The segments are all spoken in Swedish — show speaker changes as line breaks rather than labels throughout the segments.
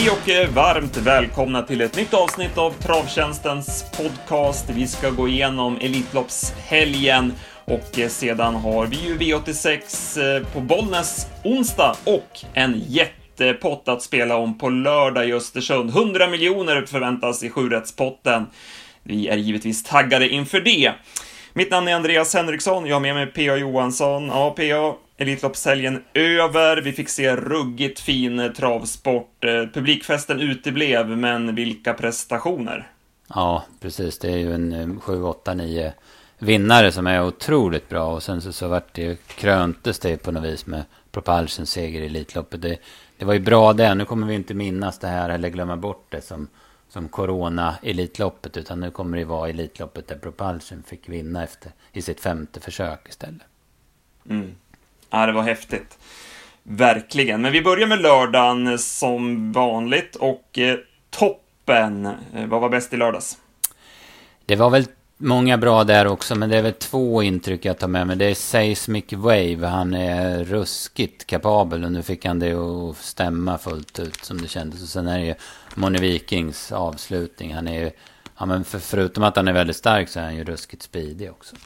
Hej och varmt välkomna till ett nytt avsnitt av Travtjänstens podcast. Vi ska gå igenom Elitloppshelgen och sedan har vi ju V86 på Bollnäs onsdag och en jättepott att spela om på lördag i Östersund. 100 miljoner förväntas i 7-rättspotten. Vi är givetvis taggade inför det. Mitt namn är Andreas Henriksson, jag har med mig P.A. Johansson. Ja, P.A. Elitloppshelgen över, vi fick se ruggigt fin travsport. Publikfesten uteblev, men vilka prestationer.
Ja, precis. Det är ju en 7, 8, 9 vinnare som är otroligt bra. Och sen så vart det kröntes det på något vis med Propulsion seger i Elitloppet. Det var ju bra det. Nu kommer vi inte minnas det här eller glömma bort det som corona-elitloppet, utan nu kommer det vara Elitloppet där Propulsion fick vinna i sitt 5:e försök istället.
Ja, det var häftigt. Verkligen. Men vi börjar med lördagen som vanligt och toppen. Vad var bäst i lördags?
Det var väl många bra där också, men det är väl 2 intryck jag tar med mig. Det är Seismic Wave, han är ruskigt kapabel och nu fick han det att stämma fullt ut som det kändes. Och sen är det ju Moni Vikings avslutning. Han är ju, ja, men förutom att han är väldigt stark så är han ju ruskigt speedig också.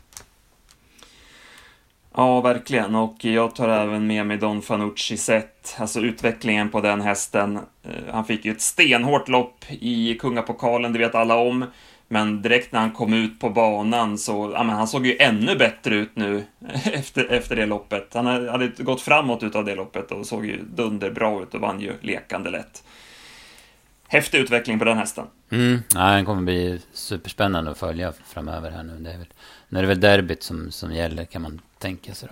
Ja, verkligen. Och jag tar även med mig Don Fanucci set. Alltså utvecklingen på den hästen. Han fick ju ett stenhårt lopp i Kungapokalen, det vet alla om. Men direkt när han kom ut på banan så, ja, men han såg ju ännu bättre ut nu efter det loppet. Han hade gått framåt utav det loppet och såg ju dunderbra ut och vann ju lekande lätt. Häftig utveckling på den hästen.
Ja, den kommer bli superspännande att följa framöver här nu. Det är väl derbyt som gäller, kan man tänka sig då.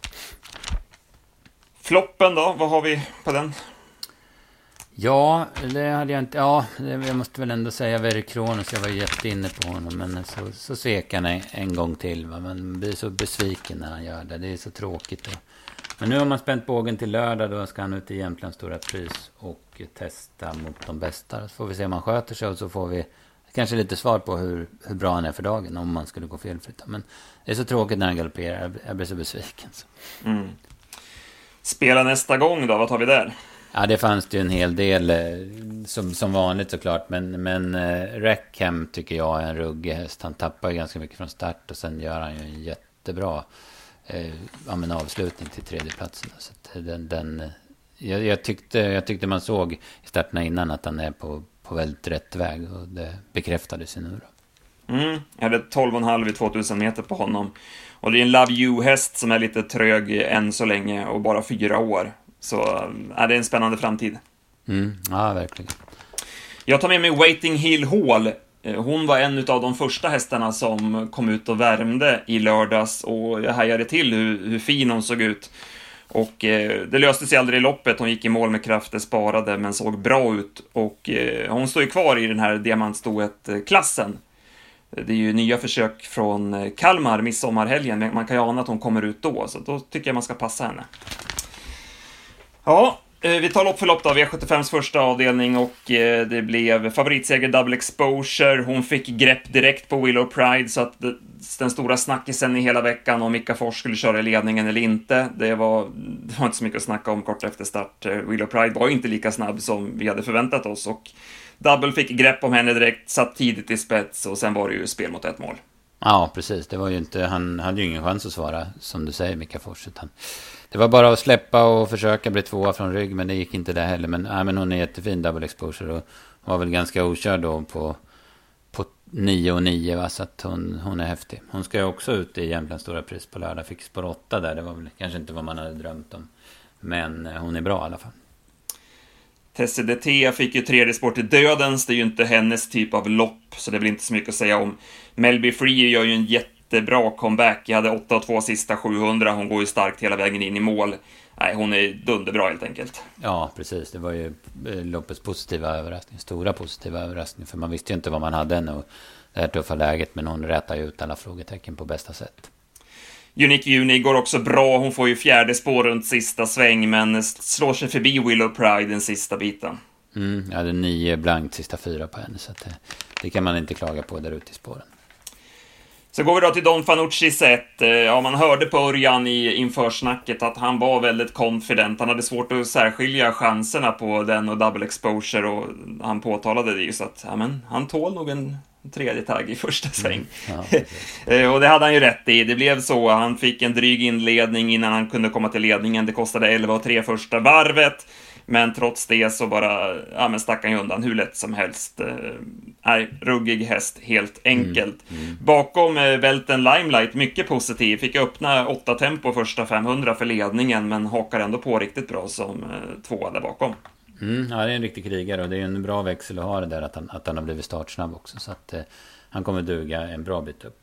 Floppen då, vad har vi på den?
Ja, det hade jag inte. Ja, jag måste väl ändå säga Very Kronos. Jag var jätteinne på honom, men så svek han en gång till. Va? Man blir så besviken när han gör det. Det är så tråkigt. Då. Men nu har man spänt bågen till lördag. Då ska han ut i Jämtlands stora pris och testa mot de bästa. Så får vi se om han sköter sig och så får vi kanske lite svar på hur bra han är för dagen om man skulle gå felfritt. Men det är så tråkigt när han galopperar. Jag blir så besviken. Så.
Spela nästa gång då, vad tar vi där?
Ja, det fanns det ju en hel del som vanligt såklart. Men Rackham tycker jag är en ruggig häst. Han tappar ju ganska mycket från start och sen gör han ju en jättebra avslutning till 3:e platsen. Så jag tyckte man såg i starterna innan att han är på väldigt rätt väg och det bekräftades ju nu då.
Jag hade 12,5 i 2000 meter på honom. Och det är en Love You-häst som är lite trög än så länge och bara 4 år. Så är det en spännande framtid.
Ja, verkligen.
Jag tar med mig Waiting Hill Hall. Hon var en av de första hästarna som kom ut och värmde i lördags. Och jag hajade till hur fin hon såg ut. Och det löste sig aldrig i loppet. Hon gick i mål med krafter sparade men såg bra ut. Och hon står ju kvar i den här diamantstoet-klassen. Det är ju nya försök från Kalmar midsommarhelgen. Men man kan ju ana att hon kommer ut då. Så då tycker jag man ska passa henne. Ja, vi tar lopp för lopp då. V75s första avdelning och det blev favoritseger Double Exposure. Hon fick grepp direkt på Willow Pride så att den stora snackisen i hela veckan om Mika Fors skulle köra i ledningen eller inte. Det var inte så mycket att snacka om kort efter start. Willow Pride var inte lika snabb som vi hade förväntat oss och Double fick grepp om henne direkt, satt tidigt i spets och sen var det ju spel mot ett mål.
Ja, precis. Det var ju inte, han hade ju ingen chans att svara som du säger, Mika Fors, utan det var bara att släppa och försöka bli 2 från rygg, men det gick inte det heller. Men hon är jättefin, Double Exposure, och var väl ganska okörd då på 9,9, va? Så att hon är häftig. Hon ska ju också ut i Jämtlands stora pris på lördag, fick spår 8 där. Det var väl kanske inte vad man hade drömt om, men hon är bra i alla fall.
Tessie DT fick ju 3:e spår till dödens. Det är ju inte hennes typ av lopp, så det är väl inte så mycket att säga om. Melby Free gör ju en jättebra comeback. Jag hade 8,2 sista 700. Hon går ju starkt hela vägen in i mål. Nej, hon är dunderbra helt enkelt.
Ja, precis. Det var ju loppets positiva överraskning. Stora positiva överraskning. För man visste ju inte vad man hade ännu. Det här tuffa läget, men hon rätar ju ut alla frågetecken på bästa sätt.
Unique Juni går också bra. Hon får ju 4:e spår runt sista sväng, men slår sig förbi Willow Pride den sista biten.
Jag hade 9 blankt sista 4 på henne, så att det kan man inte klaga på där ute i spåren.
Så går vi då till Don Fanucci set. Ja, man hörde på Örjan i införsnacket att han var väldigt confident. Han hade svårt att särskilja chanserna på den och double exposure, och han påtalade det ju, så att ja, men han tål nog en tredje tagg i första sväng. Ja, och det hade han ju rätt i. Det blev så. Han fick en dryg inledning innan han kunde komma till ledningen. Det kostade 11,3 första varvet. Men trots det så bara stack han ju undan hur lätt som helst. Ruggig häst, helt enkelt. Bakom Welten Limelight, mycket positiv. Fick öppna 8 tempo första 500 för ledningen, men hakar ändå på riktigt bra som tvåa där bakom.
Ja, det är en riktig krigare, och det är en bra växel att ha det där att han har blivit startsnabb också. Så att han kommer duga en bra bit upp.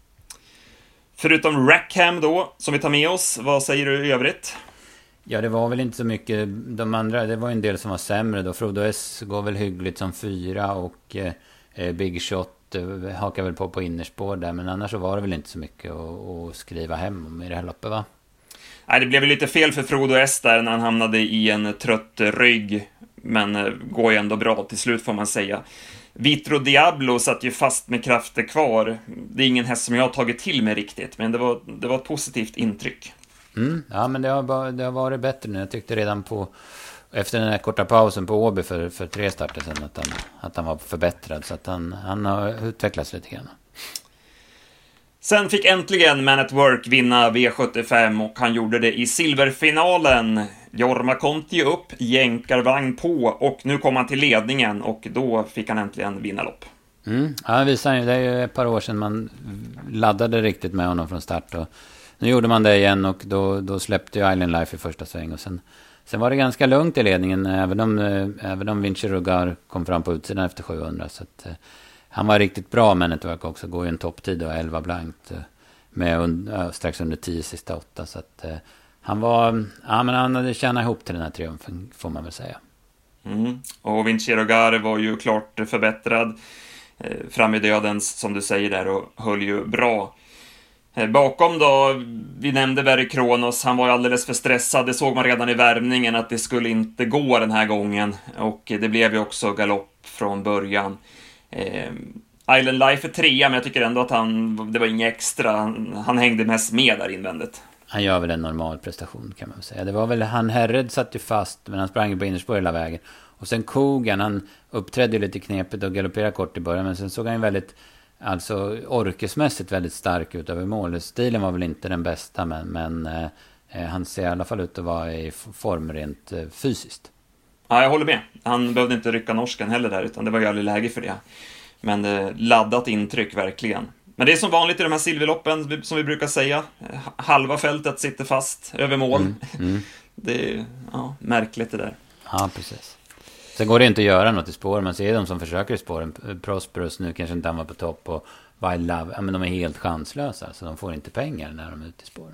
Förutom Rackham då, som vi tar med oss, vad säger du i övrigt?
Ja, det var väl inte så mycket. De andra, det var en del som var sämre då. Frodo S går väl hyggligt som 4, och Big Shot hakar väl på innerspår där. Men annars så var det väl inte så mycket att skriva hem om i det här loppet, va?
Nej, det blev väl lite fel för Frodo S där när han hamnade i en trött rygg. Men går ju ändå bra till slut, får man säga. Vitro Diablo satt ju fast med krafter kvar. Det är ingen häst som jag har tagit till mig riktigt, men det var ett positivt intryck.
Ja, men det har varit bättre nu. Jag tyckte redan efter den här korta pausen på Åby för 3 starter sedan att han var förbättrad. Så att han har utvecklats lite grann.
Sen fick äntligen Man at Work vinna V75, och han gjorde det i silverfinalen. Jorma Konti upp, jänkarvagn på, och nu kom han till ledningen, och då fick han äntligen vinna lopp.
Ja, visar ju, det är ju ett par år sedan man laddade riktigt med honom från start, och nu gjorde man det igen, och då släppte ju Island Life i första sväng, och sen var det ganska lugnt i ledningen, även om Vinci Rugar kom fram på utsidan efter 700, så att han var riktigt bra. Men Network också går ju en topptid och 11 blankt med strax under 10 sista 8, så att han hade tjänat ihop till den här triumfen, får man väl säga.
Och Vinci Rugar var ju klart förbättrad fram i dödens, som du säger där, och höll ju bra. Bakom då, vi nämnde Verry Kronos, han var ju alldeles för stressad. Det såg man redan i värmningen att det skulle inte gå den här gången, och det blev ju också galopp från början. Island Life är 3, men jag tycker ändå att det var inget extra. Han hängde mest med där invändet.
Han gör väl en normal prestation, kan man säga. Det var väl, han Herred satt ju fast, men han sprang på innerspår hela vägen. Och sen Kogan, han uppträdde lite knepet och galopperade kort i början, men sen såg han väldigt, alltså orkesmässigt väldigt stark ut över mål. Stilen var väl inte den bästa, men han ser i alla fall ut att vara i form rent fysiskt.
Ja, jag håller med. Han behövde inte rycka norskan heller där, utan det var ju aldrig läge för det. Men laddat intryck verkligen. Men det är som vanligt i de här silverloppen, som vi brukar säga. Halva fältet sitter fast över mål. Det är märkligt det där.
Ja, precis. Sen går det inte att göra något i spår. Man ser de som försöker i spåren. Prosperous nu kanske inte han var på topp, och Wild Love, ja, men de är helt chanslösa, så de får inte pengar när de är ute i spåren.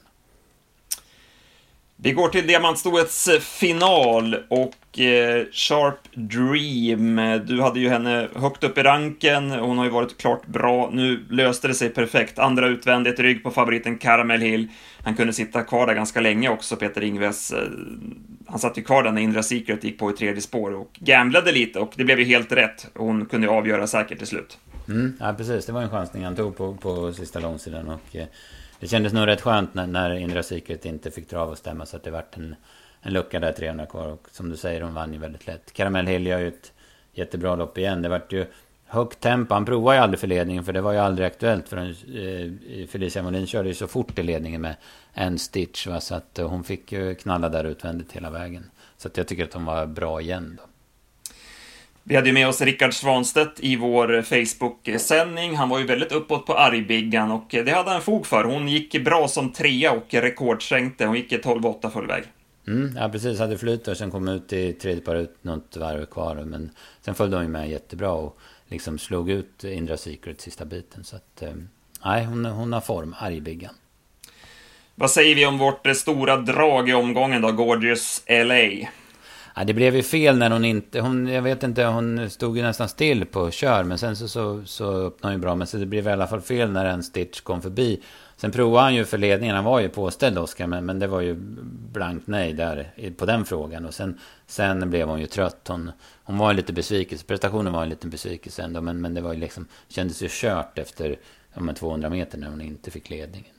Vi går till Diamantstoets final, och Sharp Dream, du hade ju henne högt upp i ranken. Hon har ju varit klart bra. Nu löste det sig perfekt. Andra utvändigt, rygg på favoriten Caramel Hill. Han kunde sitta kvar där ganska länge också, Peter Ingves. Han satt ju kvar där när Indra Secret gick på i tredje spår och gamblade lite, och det blev ju helt rätt. Hon kunde ju avgöra säkert till slut.
Ja, precis. Det var en chansning han tog på sista långsidan, och det kändes nog rätt skönt när Indra Secret inte fick dra och stämma, så att det vart en lucka där 300 kvar, och som du säger, hon vann ju väldigt lätt. Caramel Hill gör ju ett jättebra lopp igen. Det vart ju högt tempo. Han provade ju aldrig för ledningen, för det var ju aldrig aktuellt, för Felicia Molin körde ju så fort i ledningen med en stitch, va? Så att hon fick ju knalla där utvändigt hela vägen. Så att jag tycker att hon var bra igen då.
Vi hade ju med oss Rickard Svanstedt i vår Facebook-sändning. Han var ju väldigt uppåt på Argbiggan, och det hade han fog för. Hon gick bra som 3 och rekordsänkte. Hon gick 12-8 full väg.
Ja, precis. Hade flytt och sen kom ut i tredje par ut något varv kvar. Men sen följde hon ju med jättebra och liksom slog ut Indra Secret sista biten. Så att, nej, hon har form, Argbiggan.
Vad säger vi om vårt stora drag i omgången då, Gorgeous LA?
Ja, det blev ju fel när jag vet inte, hon stod ju nästan still på kör, men sen så öppnade hon ju bra, men så det blev i alla fall fel när en stitch kom förbi. Sen provade han ju för ledningen, han var ju påställd Oskar, men det var ju blankt nej där på den frågan, och sen blev hon ju trött. Hon var en lite besvikelse, prestationen var en liten besvikelse ändå, men det var ju liksom, kändes ju kört efter om 200 meter när hon inte fick ledningen.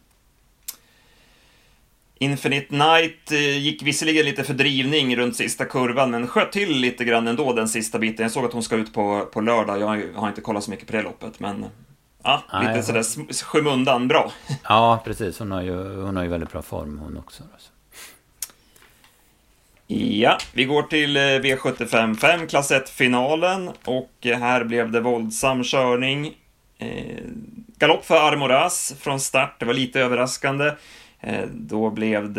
Infinite Night gick visserligen lite för drivning runt sista kurvan, men sköt till lite grann ändå den sista biten. Jag såg att hon ska ut på lördag. Jag har inte kollat så mycket på det loppet, men ja, lite sådär skymundan bra.
Ja, precis. Hon har ju väldigt bra form hon också. Alltså.
Ja, vi går till V75 klass 1-finalen och här blev det våldsam körning. Galopp för Armoras från start, det var lite överraskande. Då blev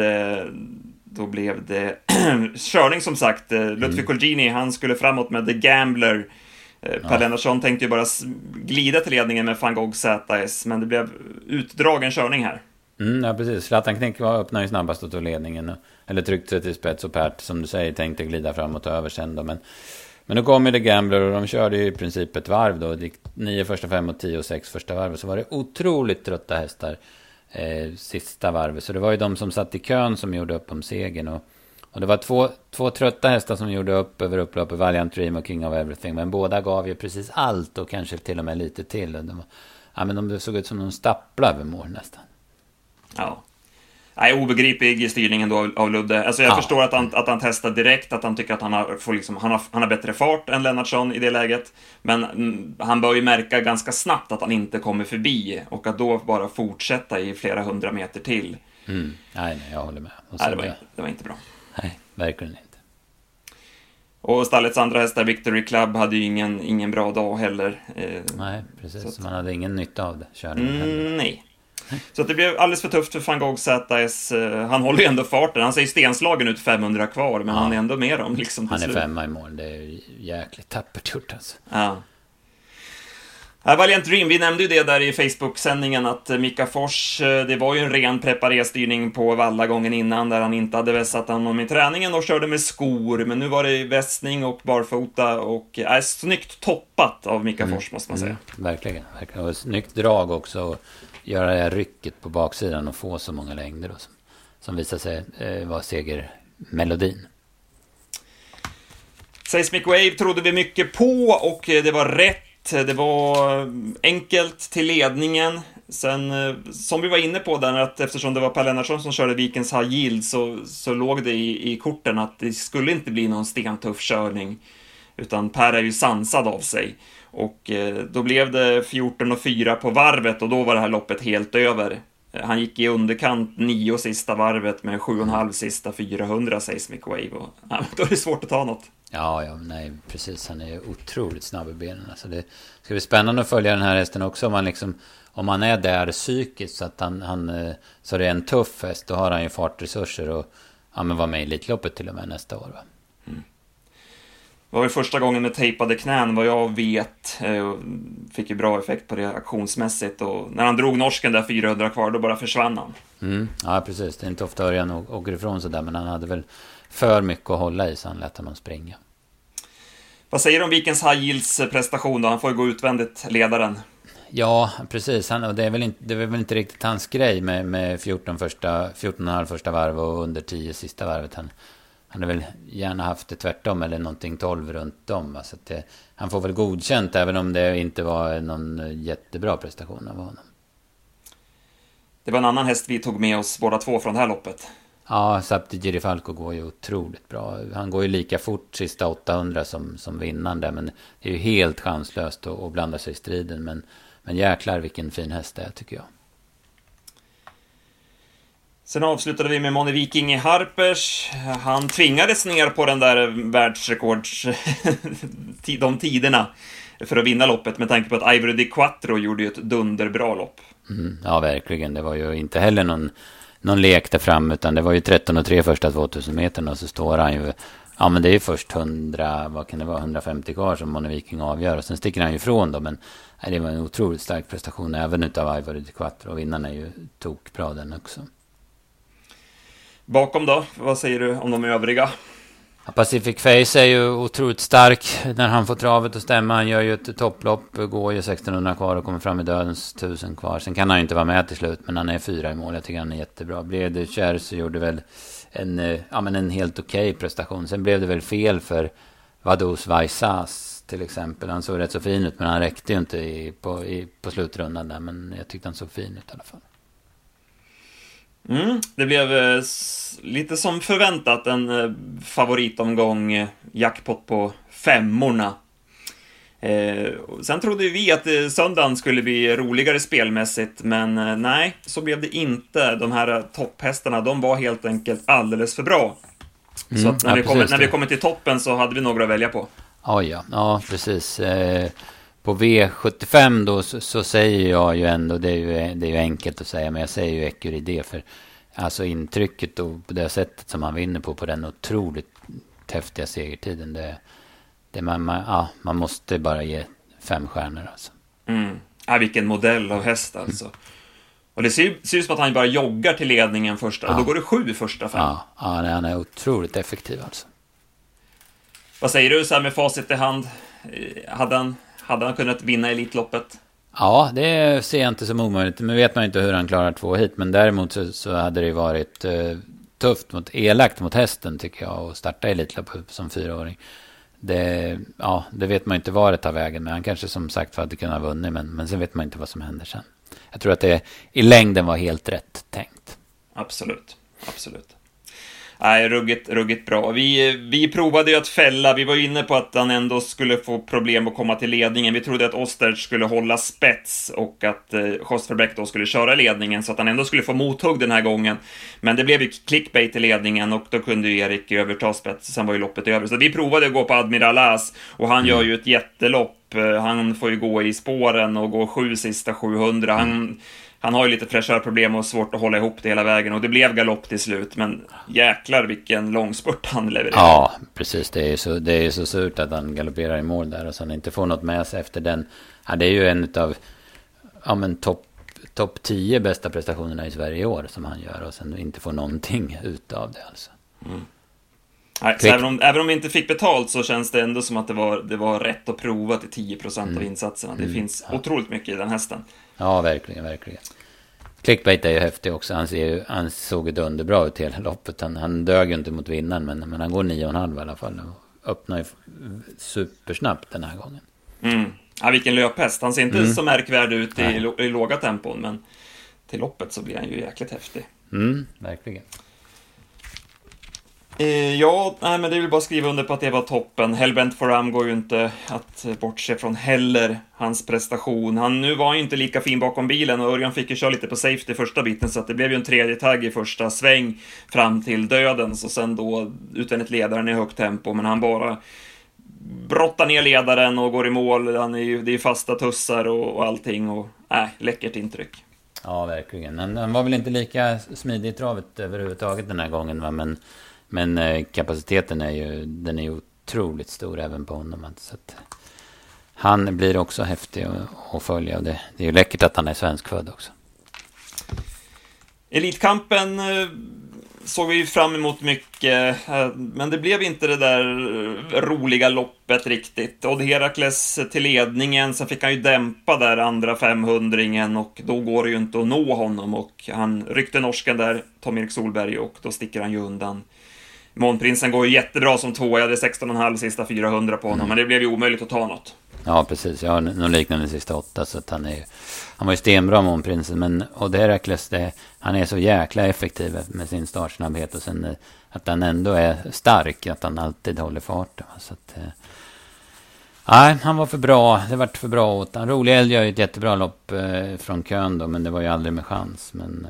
det körning som sagt. Ludwig Colgjini, han skulle framåt med The Gambler. Per Lennartsson tänkte ju bara glida till ledningen med Van Gogh ZS, men det blev utdragen körning här.
Ja, precis. Zlatan Knick öppnade ju snabbast och tog ledningen. Eller tryckte sig till spets och Pert, som du säger, tänkte glida framåt och över sen då. Men då kom ju The Gambler och de körde ju i princip ett varv då. 9 första 5 och 10 och 6 första varv. Och så var det otroligt trötta hästar sista varvet. Så det var ju de som satt i kön som gjorde upp om segern. Och det var två trötta hästar som gjorde upp över upploppet, Valiant Dream och King of Everything. Men båda gav ju precis allt och kanske till och med lite till. Men de såg ut som de stapplade över mål nästan.
Ja. Nej, obegriplig styrningen då av Ludde. Alltså jag förstår att han testar direkt, att han tycker att han har bättre fart än Lennartsson i det läget. Men han bör ju märka ganska snabbt att han inte kommer förbi och att då bara fortsätta i flera 100 meter till.
Nej, jag håller med.
Nej, det var inte bra.
Nej, verkligen inte. Och
stallets andra hästar, Victory Club, hade ju ingen bra dag heller.
Nej, precis. Man hade ingen nytta av det. Körningen heller.
Nej. Så att det blev alldeles för tufft för Van Gogh ZS. Han håller ju ändå farten. Han säger stenslagen ut 500 kvar, men han är ändå med dem liksom.
Han är 5 i mål. Det är jäkligt tappert gjort alltså.
Ja. Valiant Dream, vi nämnde ju det där i Facebook-sändningen att Mika Fors, det var ju en ren preparé-styrning på Valla gången innan där han inte hade vässat honom i träningen och körde med skor, men nu var det vässning och barfota och snyggt toppat av Mika Fors måste man säga.
Verkligen. Och snyggt drag också, göra det här rycket på baksidan och få så många längder då, som visar sig vara segermelodin.
Seismic Wave trodde vi mycket på och det var rätt. Det var enkelt till ledningen. Sen, som vi var inne på där, att eftersom det var Per Lennartsson som körde Vikens High Yield så låg det i korten att det skulle inte bli någon stentuff körning. Utan Per är ju sansad av sig. Och då blev det 14,4 på varvet och då var det här loppet helt över. Han gick i underkant 9 sista varvet med 7,5 sista 400 Seismic Wave. Och, då är det svårt att ta något.
Ja, nej, precis. Han är otroligt snabb i benen. Alltså det ska bli spännande att följa den här hästen också. Om han är där psykiskt så att så det är en tuff häst, då har han ju fartresurser och vara med i Elitloppet till och med nästa år, va?
Det var väl första gången med tejpade knän, vad jag vet. Fick ju bra effekt på det aktionsmässigt. Och när han drog norsken där 400 kvar, då bara försvann han.
Ja, precis. Det är inte ofta Örjan åker ifrån sådär, men han hade väl för mycket att hålla i så han lät honom springa.
Vad säger du om Vikens High Yields prestation då? Han får ju gå utvändigt, ledaren.
Ja, precis. Det är väl inte riktigt hans grej med 14,5 första varv och under 10 sista varvet. Han hade väl gärna haft det tvärtom eller någonting 12 runt om. Så att han får väl godkänt även om det inte var någon jättebra prestation av honom.
Det var en annan häst vi tog med oss båda två från det här loppet.
Ja, Sapti Girifalco går ju otroligt bra. Han går ju lika fort sista 800 som vinnande. Men det är ju helt chanslöst att blanda sig i striden. Men jäklar vilken fin häst det är, tycker jag.
Sen avslutade vi med Moni Viking i Harpers. Han tvingades ner på den där världsrekords de tiderna för att vinna loppet med tanke på att Ivory Di Quattro gjorde ju ett dunderbra lopp.
Ja, verkligen. Det var ju inte heller någon lek där fram, utan det var ju 13,3 första 2000 meterna och så står han ju, men det är ju först 150 kvar som Moni Viking avgör och sen sticker han ju ifrån då, men det var en otroligt stark prestation även utav Ivory Di Quattro och vinnarna är ju tokbra den också.
Bakom då, vad säger du om de övriga?
Pacific Face är ju otroligt stark när han får travet att stämma. Han gör ju ett topplopp, går ju 1600 kvar och kommer fram i dödens 1000 kvar. Sen kan han ju inte vara med till slut, men han är 4 i mål. Jag tycker han är jättebra. Blev Kär så gjorde väl en helt okej prestation. Sen blev det väl fel för Vaduz Vaisas till exempel. Han såg rätt så fin ut, men han räckte ju inte på slutrundan där. Men jag tyckte han såg fin ut i alla fall.
Det blev lite som förväntat en favoritomgång, jackpot på 5:orna. Sen trodde vi att söndagen skulle bli roligare spelmässigt, men nej, så blev det inte. De här topphästarna, de var helt enkelt alldeles för bra. Så att när vi kommer till toppen så hade vi några att välja på.
Ja, precis. På V75 då så säger jag ju ändå, det är ju enkelt att säga, men jag säger ju Ecuride, för alltså intrycket och på det sättet som han vinner på den otroligt häftiga segertiden, man måste bara ge 5 stjärnor alltså.
Ja, vilken modell av häst alltså. Och det ser ut som att han bara joggar till ledningen första, och då går det 7 första 5.
Ja, han är otroligt effektiv alltså.
Vad säger du så här med facit i hand? Hade han kunnat vinna Elitloppet?
Ja, det ser jag inte som omöjligt. Men vet man inte hur han klarar 2 hit. Men däremot så hade det varit tufft elakt mot hästen, tycker jag, att starta Elitloppet som 4-åring. Det vet man inte var det tar vägen. Men han kanske som sagt hade kunnat vunnit. Men sen vet man inte vad som händer sen. Jag tror att det i längden var helt rätt tänkt.
Absolut. Nej, ruggigt bra. Vi provade ju att fälla. Vi var inne på att han ändå skulle få problem att komma till ledningen. Vi trodde att Ostertz skulle hålla spets och att Jos Verbeek då skulle köra ledningen, så att han ändå skulle få mothugg den här gången. Men det blev ju clickbait i ledningen, och då kunde ju Erik överta spets. Sen var ju loppet över. Så vi provade att gå på Admiral As, och han gör ju ett jättelopp. Han får ju gå i spåren och gå 7 sista 700. Han har ju lite fräschare problem och svårt att hålla ihop det hela vägen. Och det blev galopp till slut. Men jäklar vilken långspurt han levererar.
Ja, precis. Det är ju så surt att han galopperar i mål där. Och sen inte får något med sig efter den. Ja, det är ju en av topp 10 bästa prestationerna i Sverige i år som han gör. Och sen inte får någonting ut av det alltså.
Nej, så även om vi inte fick betalt, så känns det ändå som att det var rätt att prova till 10% av insatserna. Det finns otroligt mycket i den hästen.
Ja, verkligen. Clickbait är ju häftig också. Han såg ett underbra ut hela loppet. Han dög ju inte mot vinnaren, men han går 9,5 i alla fall. Och öppnar ju supersnabbt den här gången.
Ja, vilken löphäst. Han ser inte så märkvärd ut i låga tempon, men till loppet så blir han ju jäkligt häftig.
Verkligen.
Men det är väl bara att skriva under på att det var toppen. Hellbent Foram går ju inte att bortse från heller, hans prestation. Nu var ju inte lika fin bakom bilen, och Örjan fick ju köra lite på safety första biten, så att det blev ju en 3:e tagg i första sväng fram till döden. Så sen då utvändigt ledaren i högt tempo, men han bara brottar ner ledaren och går i mål. Det är fasta tussar och allting, och läckert intryck.
Ja, verkligen. Han var väl inte lika smidig i travet överhuvudtaget den här gången, va? Men kapaciteten är ju otroligt stor även på honom. Så att han blir också häftig att följa. Och det är ju läckert att han är svenskfödd också.
Elitkampen såg vi fram emot mycket, men det blev inte det där roliga loppet riktigt. Odd Herakles till ledningen, så fick han ju dämpa där andra 500-ringen, och då går det ju inte att nå honom, och han ryckte norsken där, Tom-Erik Solberg, och då sticker han ju undan. Månprinsen går ju jättebra som 2. Jag hade 16,5 sista 400 på honom, men det blev ju omöjligt att ta något.
Ja, precis. Jag har någon liknande sista 8, så att han var ju stenbra, Månprinsen, men Odd Herakles, han är så jäkla effektiv med sin startsnabbhet, och sen att han ändå är stark, att han alltid håller farten. Så att han var för bra. Det var för bra åt han. Rolig Älg gör ju ett jättebra lopp från kön då, men det var ju aldrig med chans. Men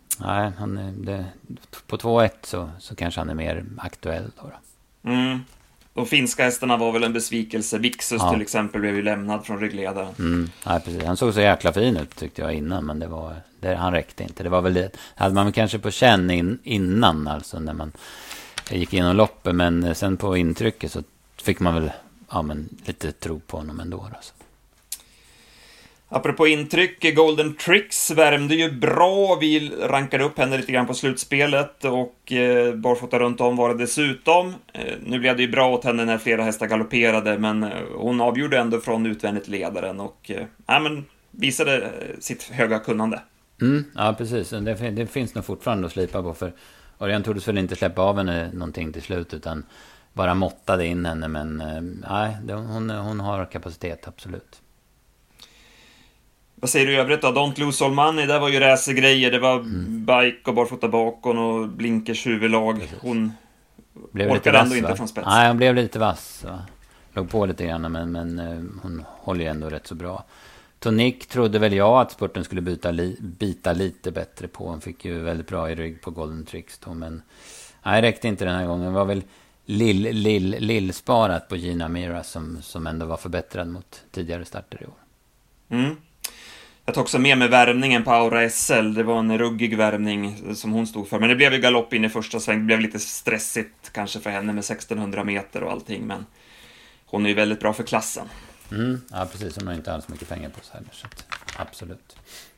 på 2-1 så kanske han är mer aktuell då.
De finska hästarna var väl en besvikelse. Vixus till exempel blev ju lämnad från ryggledaren.
Ja, precis. Han såg så jäkla fin ut tyckte jag innan, men han räckte inte. Det var väl det. Hade man kanske på känn innan, alltså när man gick igenom loppet, men sen på intrycket så fick man väl lite tro på honom ändå. Alltså.
Apropå intryck, Golden Tricks värmde ju bra. Vi rankade upp henne lite grann på slutspelet, och barfota runt om var det dessutom. Nu blev det ju bra åt henne när flera hästar galopperade, men hon avgjorde ändå från utvändigt ledaren, och visade sitt höga kunnande.
Ja, precis. Det finns nog fortfarande att slipa på, för Örjan tordes väl inte släppa av henne någonting till slut, utan bara måttade in henne. Men nej, hon har kapacitet, absolut.
Vad säger du i övrigt då? Don't Lose All Money, där var ju racergrejer. Det var bike och barfota bakon och blinkers huvudlag. Hon orkade ändå inte från spets.
Nej, hon blev lite vass. Låg på lite grann, men hon håller ju ändå rätt så bra. Tonic trodde väl jag att spurten skulle bita lite bättre på. Hon fick ju väldigt bra i rygg på Golden Tricks då, men nej, räckte inte den här gången. Det var väl lill-sparat på Gina Mira som ändå var förbättrad mot tidigare starter i år.
Jag tog också med värmningen på Aura SL. Det var en ruggig värmning som hon stod för. Men det blev ju galopp in i första sväng. Det blev lite stressigt kanske för henne med 1600 meter och allting. Men hon är ju väldigt bra för klassen.
Ja, precis. Hon har inte alls mycket pengar på sig heller, så att, absolut.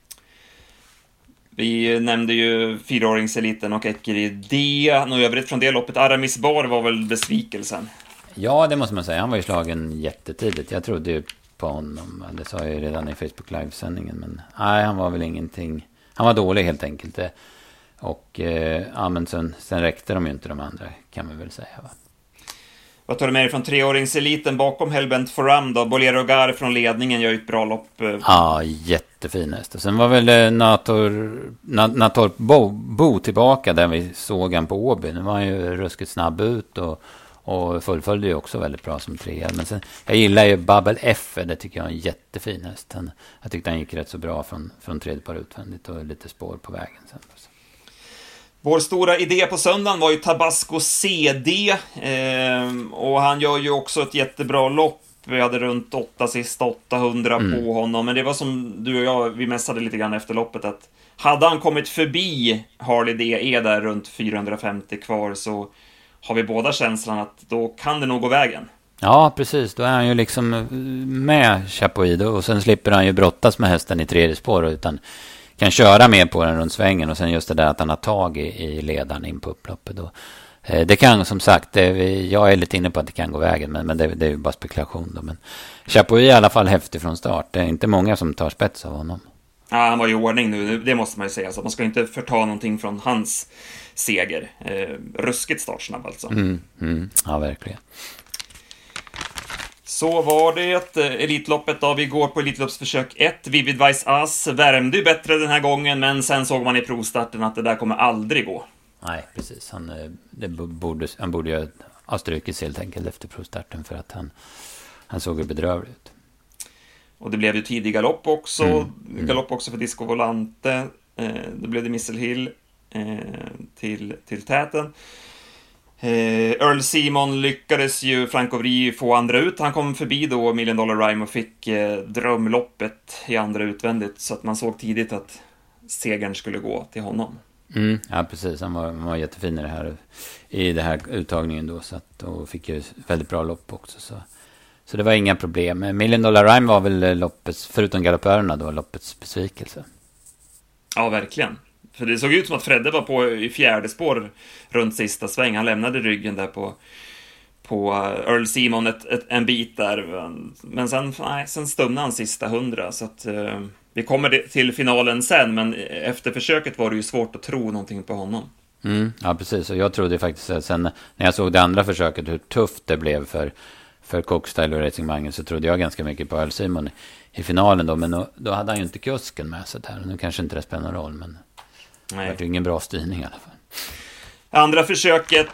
Vi nämnde ju 4-åringseliten och Ekeri D. Något övrigt från det loppet. Aramis Bar var väl besvikelsen?
Ja, det måste man säga. Han var ju slagen jättetidigt. Jag trodde ju på honom. Det sa jag ju redan i Facebook Live-sändningen. Men nej, han var väl ingenting. Han var dålig helt enkelt. Och ja, men sen räckte de ju inte de andra, kan man väl säga, va? Vad
tar du med dig från 3-åringseliten bakom Hellbent Forum då? Bolero Gar från ledningen gör ju ett bra lopp.
Ja, jättefin häst. Och sen var väl Nator Bo tillbaka där vi såg han på Åby. Nu var han ju ruskigt snabb ut och fullföljde ju också väldigt bra som 3. Men sen, jag gillar ju Bubble F, det tycker jag är en jättefin häst. Jag tyckte han gick rätt så bra från tredje par utvändigt och lite spår på vägen sen.
Vår stora idé på söndagen var ju Tabasco CD, och han gör ju också ett jättebra lopp. Vi hade runt 8 sista 800 på honom, men det var som du och jag, vi mässade lite grann efter loppet, att hade han kommit förbi Harley D där runt 450 kvar, så har vi båda känslan att då kan det nog gå vägen.
Ja, precis. Då är han ju liksom med Chapuis och sen slipper han ju brottas med hästen i tredje spår, utan kan köra med på den runt svängen, och sen just det där att han har tag i ledaren in på upploppet då. Det kan, som sagt, jag är lite inne på att det kan gå vägen, men det är ju bara spekulation då. Men Chapuis är i alla fall häftig från start. Det är inte många som tar spets av honom.
Ja, han var i ordning nu, det måste man ju säga. Så man ska inte förta någonting från hans seger. Ruskigt startsnabb alltså.
Ja, verkligen.
Så var det Elitloppet då. Vi går på Elitloppsförsök 1. Vivid Vice As värmde ju bättre den här gången, men sen såg man i provstarten att det där kommer aldrig gå.
Nej, precis. Han borde ju ha strukits helt enkelt efter provstarten, för att han såg ju bedrövlig ut.
Och det blev ju tidig galopp också. Galopp också för Disco Volante. Då blev det Missile Hill till täten. Earl Simon lyckades ju Franco Vri få andra ut. Han kom förbi då $1 Million Rhyme och fick drömloppet i andra utvändigt, så att man såg tidigt att segern skulle gå till honom.
Ja, precis. Han var jättefin i det här uttagningen då, så att, och fick ju väldigt bra lopp också, så det var inga problem. $1 Million Rhyme var väl loppets, förutom galoppörerna då, loppets besvikelse.
Ja, verkligen. För det såg ut som att Fredde var på i fjärde spår runt sista sväng. Han lämnade ryggen där på Earl Simon en bit där. Men sen stumnade han sista 100. Så att vi kommer till finalen sen. Men efter försöket var det ju svårt att tro någonting på honom.
Ja, precis. Och jag trodde faktiskt att sen när jag såg det andra försöket hur tufft det blev för Cockstyle och Racing Magnus, så trodde jag ganska mycket på Earl Simon i finalen då. Men då hade han ju inte kusken med sig där. Nu kanske inte det spelar någon roll, men det var ju ingen bra styrning i alla fall.
Andra försöket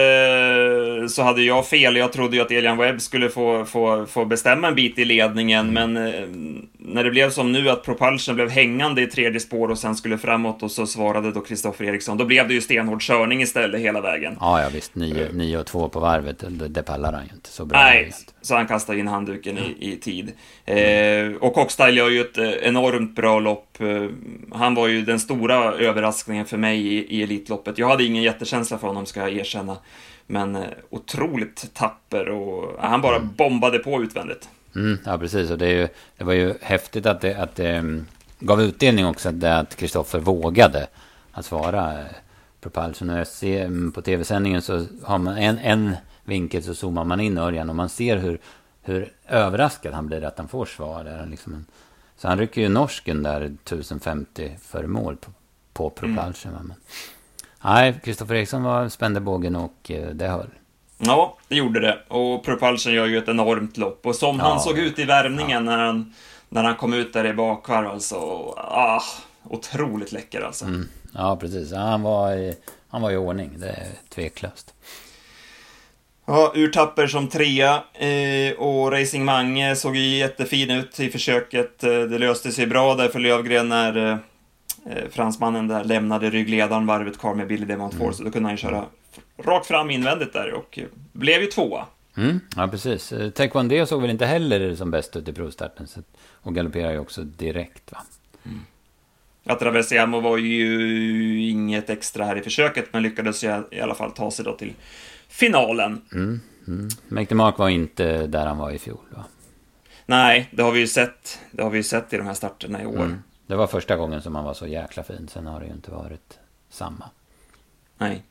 så hade jag fel. Jag trodde ju att Elian Webb skulle få bestämma en bit i ledningen. Men när det blev som nu att Propulsion blev hängande i tredje spår och sen skulle framåt, och så svarade då Kristoffer Eriksson, då blev det ju stenhård körning istället hela vägen.
Ja, visst. 9-2 på varvet. Det pallar han ju inte så bra.
Nej, så han kastade in handduken i tid. Och Cockstyle gör ju ett enormt bra lopp. Han var ju den stora överraskningen för mig i Elitloppet. Jag hade ingen jättekänsla för honom, ska jag erkänna. Men otroligt tapper, och han bara bombade på utvändigt. Ja,
precis. Och det var ju häftigt att det gav utdelning också, att Kristoffer vågade att svara Propulsion. Och jag ser på tv-sändningen så har man en vinkel, så zoomar man in Örjan och man ser hur överraskad han blir att han får svar där. Liksom så han rycker ju norsken där 1050 för mål på Propulsion. Men nej, Kristoffer Eriksson spände bågen och det höll.
Ja, det gjorde det. Och Propulsion gör ju ett enormt lopp. Och som han såg ut i värmningen när han kom ut där i bakvarv, alltså. Otroligt läcker alltså.
Ja, precis. Han var i ordning, det är tveklöst.
Ja, Urtapper som 3 och Racing Mange såg ju jättefin ut i försöket. Det löste sig bra där för Lövgren när fransmannen där lämnade ryggledaren varvet kvar med Billy Demontfort, så då kunde han ju köra rakt fram invändigt där och blev ju 2.
Ja, precis. Taekwondo såg väl inte heller som bäst ut i provstarten, och galopperar ju också direkt, va?
Attraversiamo var ju inget extra här i försöket, men lyckades ju i alla fall ta sig då till finalen.
Make the Mark var inte där han var i fjol, va?
Nej, det har vi ju sett i de här starterna i år.
Det var första gången som han var så jäkla fin. Sen har det ju inte varit samma.
Nej.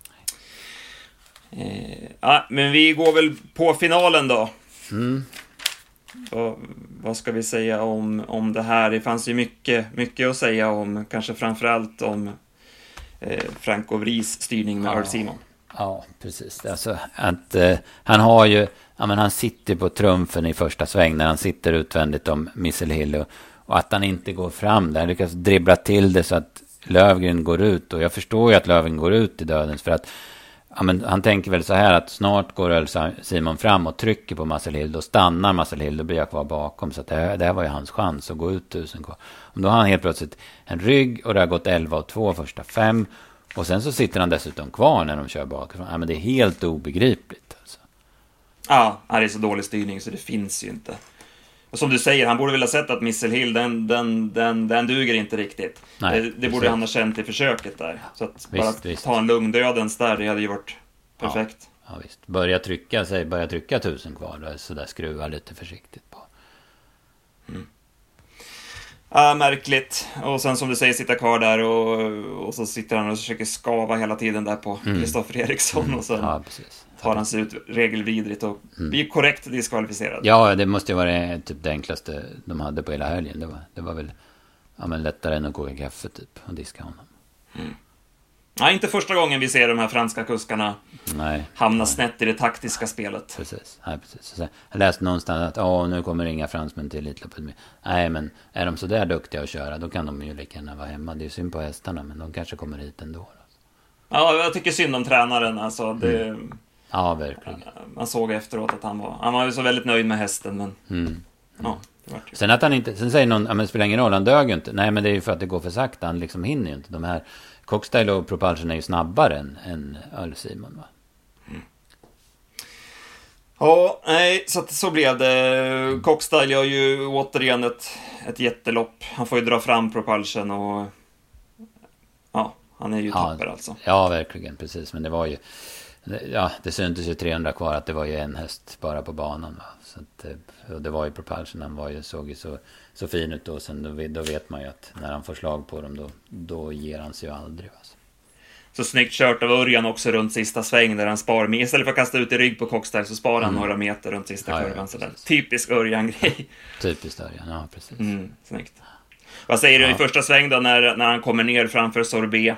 Men vi går väl på finalen då. Vad ska vi säga om det här? Det fanns ju mycket att säga om, kanske framförallt om Franco Vries styrning med Earl Simon.
Ja, precis. Alltså, att, han har ju, han sitter på trumfen i första sväng när han sitter utvändigt om Missile Hill, och att han inte går fram där. Han lyckas dribbla till det så att Lövgren går ut, och jag förstår ju att Lövgren går ut i dödens, för att han tänker väl så här att snart går Earl Simon fram och trycker på Muscle Hill, då stannar Muscle Hill, då blir jag kvar bakom, så att det här var ju hans chans att gå ut 1000 kvar. Då har han helt plötsligt en rygg, och det har gått 11-2 första 5, och sen så sitter han dessutom kvar när de kör bakifrån. Men det är helt obegripligt alltså. Ja,
det är så dålig styrning så det finns ju inte. Och som du säger, han borde väl ha sett att Missile Hill, den duger inte riktigt.
Nej,
det borde han ha känt i försöket där. Så att visst. Ta en lugn dödens där, det hade ju varit perfekt.
Ja, visst. Börja trycka 1000 kvar då, så där skruva lite försiktigt på.
Märkligt. Och sen som du säger, sitta kvar där och så sitter han och försöker skava hela tiden där på Kristoffer Eriksson, och sen tar han sig ut regelvidrigt och blir korrekt diskvalificerad.
Ja, det måste ju vara typ det enklaste de hade på hela helgen. Det var väl lättare än att koka kaffe typ och diska honom.
Nej, inte första gången vi ser de här franska kuskarna hamna snett i det taktiska spelet.
Precis. Jag läste någonstans att nu kommer inga fransmän till Elitloppet. Nej, men är de så där duktiga att köra, då kan de ju lika gärna vara hemma. Det är synd på hästarna, men de kanske kommer hit ändå.
Ja, jag tycker synd om tränaren. Alltså,
ja, verkligen.
Man såg efteråt att han var ju så väldigt nöjd med hästen, men ja.
Sen att han inte, sen säger någon, men det spelar ingen roll, han dög ju inte. Nej, men det är ju för att det går för sakta, han liksom hinner ju inte. De här Cockstyle och Propulsion är ju snabbare än Earl Simon, va?
Ja, nej, så blev det. Cockstyle gör ju återigen ett jättelopp. Han får ju dra fram Propulsion, och han är ju tapper alltså. Ja,
verkligen, precis. Men det var ju, det syntes ju 300 kvar att det var ju en häst bara på banan, va? Så att, och det var ju Propulsion, han såg ju så fin ut då. Sen då vet man ju att när han får slag på dem, då ger han sig ju aldrig, alltså.
Så snyggt kört av Örjan också runt sista sväng, där han spar med, istället för att kasta ut i rygg på Cockstyle, så sparar han några meter runt sista kurvan. Så där. Typisk Örjan-grej.
Typiskt Örjan, ja, precis.
Snyggt. Vad säger du i första sväng då, när han kommer ner framför Sorbet?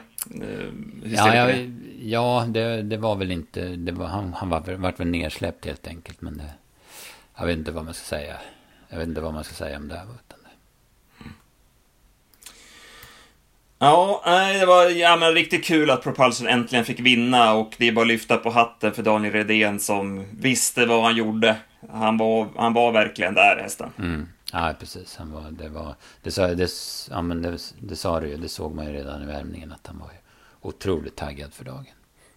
Det var väl inte, han var väl nersläppt helt enkelt, men jag vet inte vad man ska säga. Jag vet inte vad man ska säga om det här.
Ja, det var riktigt kul att Propulsion äntligen fick vinna, och det är bara att lyfta på hatten för Daniel Redén som visste vad han gjorde. Han var verkligen där, hästen.
Ja, precis. Det sa du ju, det såg man ju redan i värmningen att han var ju otroligt taggad för dagen.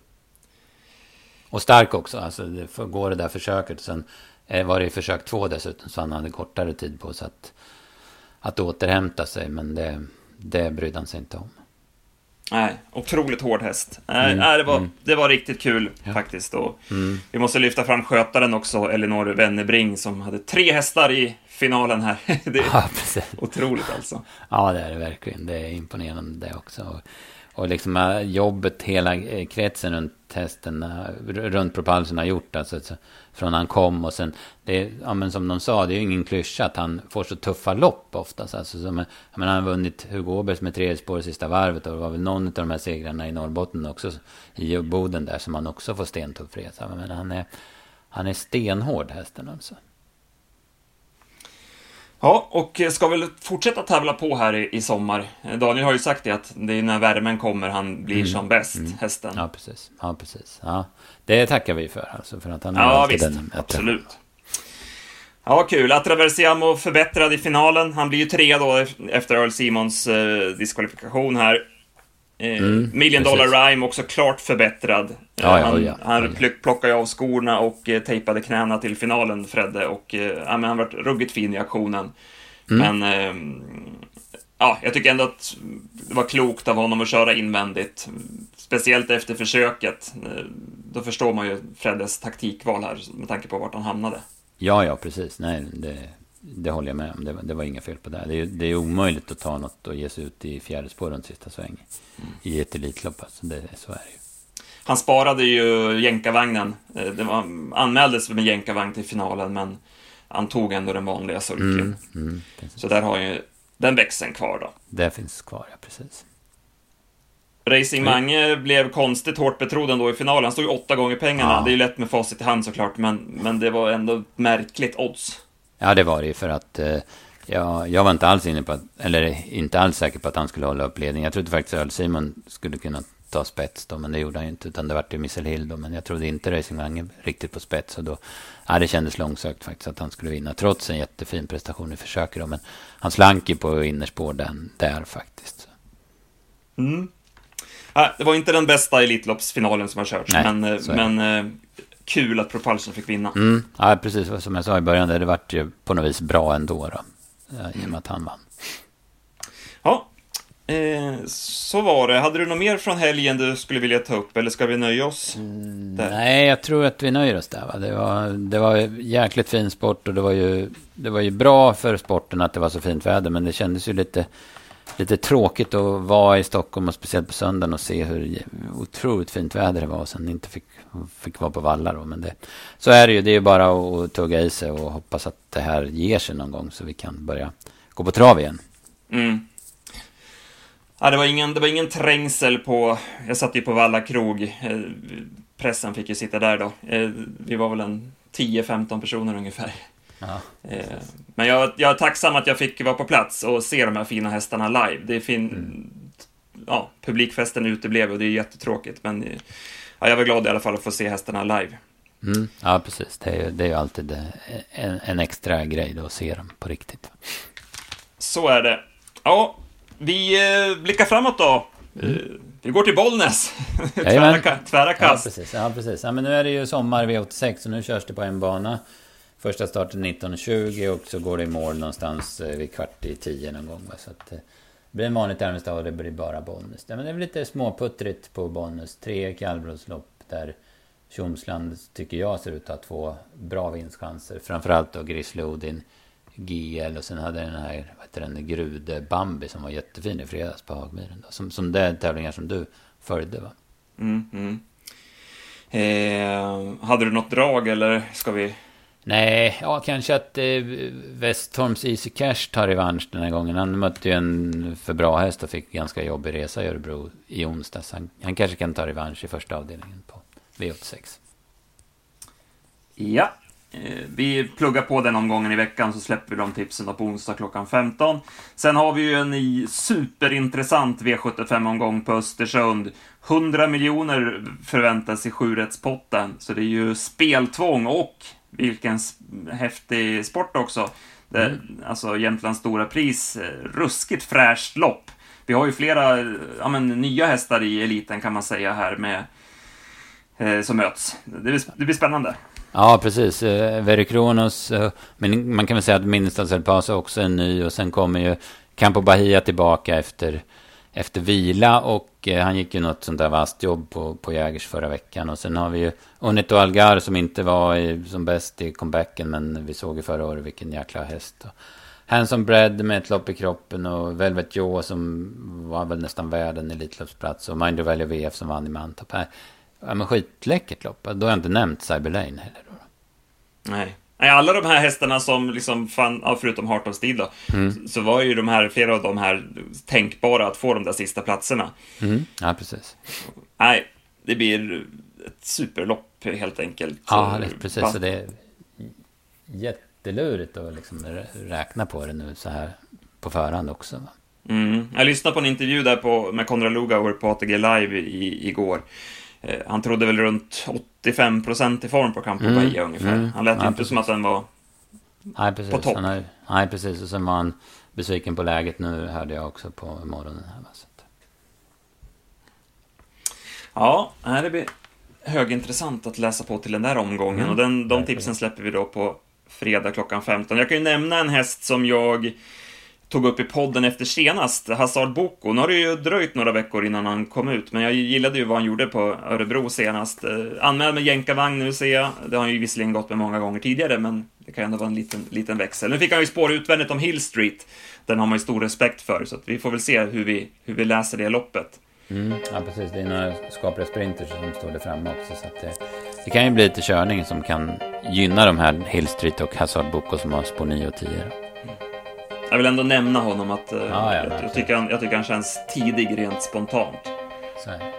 Och stark också, alltså det går det där försöket. Sen var det i försök 2 dessutom, så han hade kortare tid på sig att återhämta sig, men det brydde han sig inte om.
Nej, otroligt hård häst. Det var riktigt kul faktiskt. Och vi måste lyfta fram skötaren också, Elinor Wennerbring, som hade 3 hästar i finalen här. Det är
Ja, precis.
otroligt alltså.
Ja, det är det verkligen. Det är imponerande det också. Och liksom jobbet hela kretsen runt hästen, runt propulsen har gjort. Alltså, från han kom och sen, men som de sa, det är ju ingen klyscha att han får så tuffa lopp oftast. Alltså, han har vunnit Hugo Åbergs med 3 spår i sista varvet, och det var väl någon av de här segrarna i Norrbotten också, i Boden där, som han också får stentuff resa. Men han är stenhård, hästen alltså.
Ja, och ska väl fortsätta tävla på här i sommar. Daniel har ju sagt det, att det är när värmen kommer han blir som bäst, hästen.
Ja, precis. Ja, det tackar vi för, alltså, för att han
ja, visst, absolut. Ja, kul. Atraversiamo förbättrad i finalen. Han blir ju 3 då efter Earl Simons diskvalifikation här. Million Dollar Rhyme också klart förbättrad. Han plockade av skorna och tejpade knäna till finalen, Fredde, och han var ruggigt fin i aktionen. Men jag tycker ändå att det var klokt av honom att köra invändigt, speciellt efter försöket. Då förstår man ju Freddes taktikval här med tanke på vart han hamnade.
Ja, precis. Nej, det håller jag med om. Det var inga fel på det. Det är omöjligt att ta något och ge sig ut i fjärde spår runt sista sväng i ett elitlopp. Alltså så är det ju. Han
sparade ju jänkarvagnen. Det anmäldes med jänkarvagn till finalen, men han tog ändå den vanliga sulken. Så där har ju den växeln kvar då.
Det finns kvar, ja, precis.
Racing Mange blev konstigt hårt betrodd ändå i finalen. Han stod ju 8 gånger pengarna. Ja. Det är ju lätt med facit i hand såklart, men det var ändå märkligt odds.
Ja, det var det ju, för att jag var inte alls inne på inte alls säker på att han skulle hålla upp ledningen. Jag trodde faktiskt att Earl Simon skulle kunna ta spets då, men det gjorde han ju inte, utan det var ju Missile Hill då, men jag trodde inte Racing Mange riktigt på spets, och då det kändes långsökt faktiskt att han skulle vinna, trots en jättefin prestation i försöket då, men han slank ju på innerspår där faktiskt.
Det var inte den bästa elitloppsfinalen som har körts, men kul att Propulsion fick vinna.
Ja, precis som jag sa i början, det vart ju på något vis bra ändå då, i och med att han vann.
Ja, så var det. Hade du något mer från helgen du skulle vilja ta upp, eller ska vi nöja oss där?
Nej, jag tror att vi nöjer oss där, va? Det var jäkligt fin sport, och det var ju bra för sporten att det var så fint väder, men det kändes ju lite tråkigt att vara i Stockholm, och speciellt på söndagen, och se hur otroligt fint väder det var, och sen inte fick vara på vallar då. Men så är det ju. Det är ju bara att tugga i sig och hoppas att det här ger sig någon gång, så vi kan börja gå på trav igen.
Ja, det var ingen trängsel på... Jag satt ju på Valla krog. Pressen fick ju sitta där då. Vi var väl 10-15 personer ungefär. Men jag är tacksam att jag fick vara på plats och se de här fina hästarna live. Det är publikfesten uteblev, och det är jättetråkigt, men jag var glad i alla fall att få se hästarna live.
Ja, precis. Det är ju alltid en extra grej då, att se dem på riktigt.
Så är det. Ja, vi blickar framåt då. Vi går till Bollnäs. Tvära kast.
Ja, precis. Ja, men nu är det ju sommar V86, så nu körs det på en bana. Första starten 19:20, och så går det i mål någonstans vid 9:15 någon gång. Så att det blir en vanligt ärmesta, och det blir bara Bollnäs. Men det är lite småputtrigt på Bollnäs. 3 kallblodslopp där Tjomsland, tycker jag, ser ut att ha 2 bra vinstchanser. Framförallt då Grizzly Odin, GL, och sen hade den här Grude Bambi som var jättefin i fredags på Hagmyren då. Som det är tävlingar som du följde, va?
Hade du något drag, eller ska vi...
Nej, kanske att Westholms Easy Cash tar revansch den här gången. Han mötte ju en för bra häst och fick ganska jobbig resa i Örebro i onsdags. Han kanske kan ta revansch i första avdelningen på V86.
Ja, vi pluggar på den omgången i veckan, så släpper vi de tipsen då på onsdag klockan 15. Sen har vi ju en superintressant V75-omgång på Östersund. 100 miljoner förväntas i 7-rättspotten, så det är ju speltvång, och vilken häftig sport också. Alltså Jämtlands stora pris, ruskigt fräscht lopp. Vi har ju flera nya hästar i eliten, kan man säga, här med som möts. Det blir spännande.
Ja, precis. Very Kronos, men man kan väl säga att Minnestas El Paso också är ny, och sen kommer ju Campo Bahia tillbaka efter efter vila, och han gick ju något sånt där vastjobb på Jägers förra veckan. Och sen har vi ju Unito Algar som inte var som bäst i comebacken, men vi såg ju förra året vilken jäkla häst. Och Handsome Bread med ett lopp i kroppen, och Velvet Joe som var väl nästan världen i Elitloppsplats, och Minder Valley VF som vann i Mantorp. Ja, men skitläckert lopp. Då har jag inte nämnt Cyber Lane heller då.
Nej, alla de här hästarna som liksom fann, förutom Heart of Steel då, så var ju flera av de här tänkbara att få de där sista platserna.
Ja, precis.
Nej, det blir ett superlopp helt enkelt.
Ja, precis. Så det är jättelurigt att liksom räkna på det nu så här på förhand också. Va?
Jag lyssnade på en intervju där med Konrad Lugauer på ATG Live igår. Han trodde väl runt 85% i form på Campo Bahia ungefär. Han lät inte som att den var på topp.
Nej, precis. Och sen var han besviken på läget nu, hörde jag också på morgonen här.
Ja, det blir högintressant att läsa på till den där omgången. Och de tipsen släpper vi då på fredag klockan 15. Jag kan ju nämna en häst som jag tog upp i podden efter senast, Hazard Boko. Nu har det ju dröjt några veckor innan han kom ut, men jag gillade ju vad han gjorde på Örebro senast. Anmäld med jänkarvagn nu, ser jag. Det har han ju visserligen gått med många gånger tidigare, men det kan ju ändå vara en liten växel. Nu fick han ju spår utvändigt om Hill Street. Den har man ju stor respekt för, så att vi får väl se hur vi läser det loppet.
Ja, precis. Det är några skapliga sprinters som står där framme också, så att det kan ju bli lite körning som kan gynna de här Hill Street och Hazard Boko som har spår 9 och 10.
Jag vill ändå nämna honom att jag tycker han känns tidig rent spontant.
Så är det.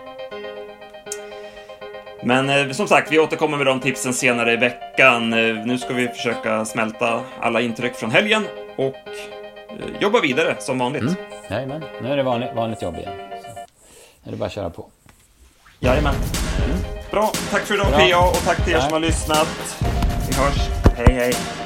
Men som sagt, vi återkommer med de tipsen senare i veckan. Nu ska vi försöka smälta alla intryck från helgen och jobba vidare som vanligt.
Jajamän, nu är det vanligt jobb igen. Så är det bara att köra på.
Jajamän. Bra, tack för idag PA, och tack till er som har lyssnat. Vi hörs. Hej hej.